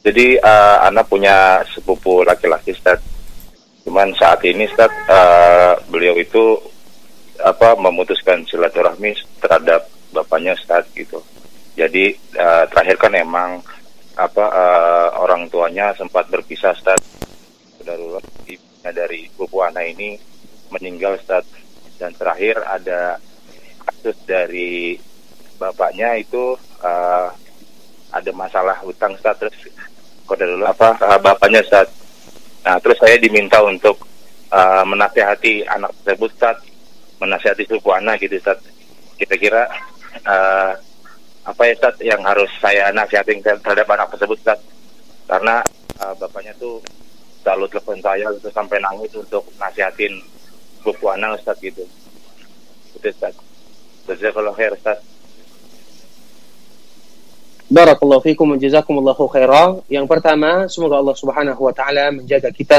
Jadi anak punya sepupu laki-laki, Ustaz. Cuman saat ini, Ustaz, beliau itu memutuskan silaturahmi terhadap bapaknya, Ustaz, gitu. Jadi terakhir kan emang orang tuanya sempat berpisah, Ustaz. Darurat dari sepupu anak ini meninggal, Ustaz. Dan terakhir ada kasus dari bapaknya itu ada masalah hutang, Ustaz, terus bapaknya, Ustaz. Nah, terus saya diminta untuk menasihati anak tersebut, Ustaz, menasihati sepupu anak gitu, Ustaz. Kira-kira apa ya, Ustaz, yang harus saya nasihatin terhadap anak tersebut, Ustaz? Karena bapaknya tuh selalu telepon saya gitu, sampai nangis untuk nasihatin sepupu anak, Ustaz, gitu. Itu, Ustaz. Jazakallahu khair, Ustaz. Barakallahu fikum wa jazakumullahu khairan. Yang pertama, semoga Allah Subhanahu wa taala menjaga kita,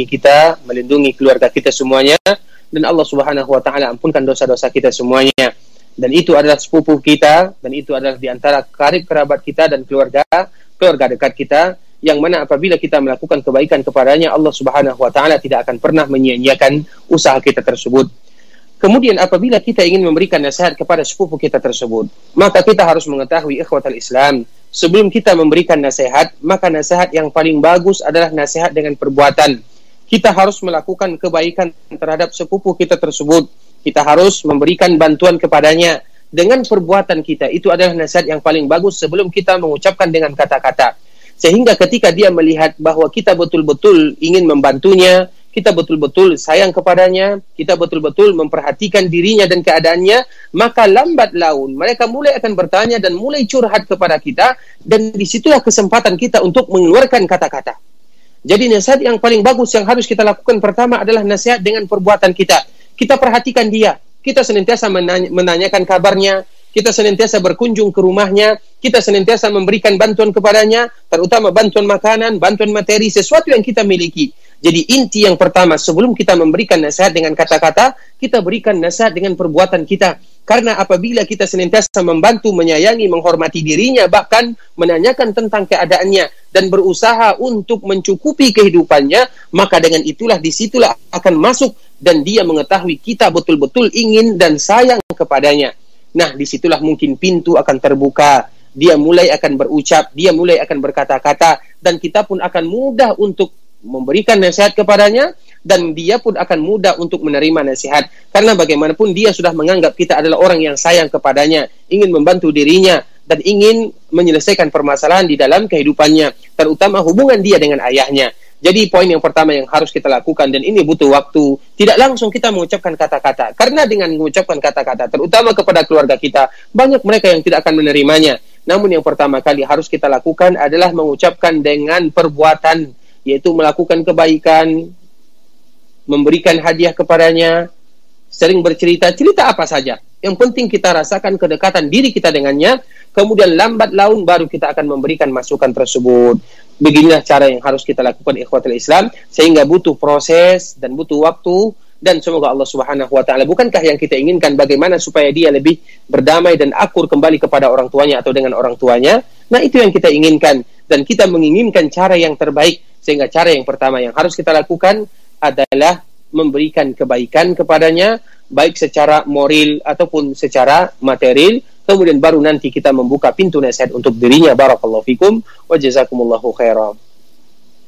melindungi keluarga kita semuanya, dan Allah Subhanahu wa taala ampunkan dosa-dosa kita semuanya. Dan itu adalah sepupu kita, dan itu adalah di antara karib kerabat kita dan keluarga dekat kita, yang mana apabila kita melakukan kebaikan kepadanya, Allah Subhanahu wa taala tidak akan pernah menyia-nyiakan usaha kita tersebut. Kemudian apabila kita ingin memberikan nasihat kepada sepupu kita tersebut, maka kita harus mengetahui, ikhwatal Islam, sebelum kita memberikan nasihat, maka nasihat yang paling bagus adalah nasihat dengan perbuatan. Kita harus melakukan kebaikan terhadap sepupu kita tersebut. Kita harus memberikan bantuan kepadanya dengan perbuatan kita. Itu adalah nasihat yang paling bagus sebelum kita mengucapkan dengan kata-kata. Sehingga ketika dia melihat bahwa kita betul-betul ingin membantunya, kita betul-betul sayang kepadanya, kita betul-betul memperhatikan dirinya dan keadaannya, maka lambat laun mereka mulai akan bertanya dan mulai curhat kepada kita, dan disitulah kesempatan kita untuk mengeluarkan kata-kata. Jadi nasihat yang paling bagus yang harus kita lakukan pertama adalah nasihat dengan perbuatan kita. Kita perhatikan dia, kita senantiasa menanyakan kabarnya, kita senantiasa berkunjung ke rumahnya, kita senantiasa memberikan bantuan kepadanya, terutama bantuan makanan, bantuan materi, sesuatu yang kita miliki. Jadi inti yang pertama, sebelum kita memberikan nasihat dengan kata-kata, kita berikan nasihat dengan perbuatan kita. Karena apabila kita senantiasa membantu, menyayangi, menghormati dirinya, bahkan menanyakan tentang keadaannya, dan berusaha untuk mencukupi kehidupannya, maka dengan itulah, disitulah akan masuk, dan dia mengetahui kita betul-betul ingin dan sayang kepadanya. Nah, disitulah mungkin pintu akan terbuka, dia mulai akan berucap, dia mulai akan berkata-kata, dan kita pun akan mudah untuk memberikan nasihat kepadanya, dan dia pun akan mudah untuk menerima nasihat, karena bagaimanapun dia sudah menganggap kita adalah orang yang sayang kepadanya, ingin membantu dirinya, dan ingin menyelesaikan permasalahan di dalam kehidupannya, terutama hubungan dia dengan ayahnya. Jadi poin yang pertama yang harus kita lakukan, dan ini butuh waktu, tidak langsung kita mengucapkan kata-kata, karena dengan mengucapkan kata-kata, terutama kepada keluarga kita, banyak mereka yang tidak akan menerimanya. Namun yang pertama kali harus kita lakukan adalah mengucapkan dengan perbuatan, yaitu melakukan kebaikan, memberikan hadiah kepadanya, sering bercerita apa saja. Yang penting kita rasakan kedekatan diri kita dengannya, kemudian lambat laun baru kita akan memberikan masukan tersebut. Beginilah cara yang harus kita lakukan, ikhwatul Islam, sehingga butuh proses dan butuh waktu, dan semoga Allah Subhanahu wa taala, bukankah yang kita inginkan bagaimana supaya dia lebih berdamai dan akur kembali kepada orang tuanya atau dengan orang tuanya? Nah, itu yang kita inginkan, dan kita menginginkan cara yang terbaik. Sehingga cara yang pertama yang harus kita lakukan adalah memberikan kebaikan kepadanya, baik secara moral ataupun secara material. Kemudian baru nanti kita membuka pintu nasihat untuk dirinya. Barakallahu fikum wa jazakumullahu khairan.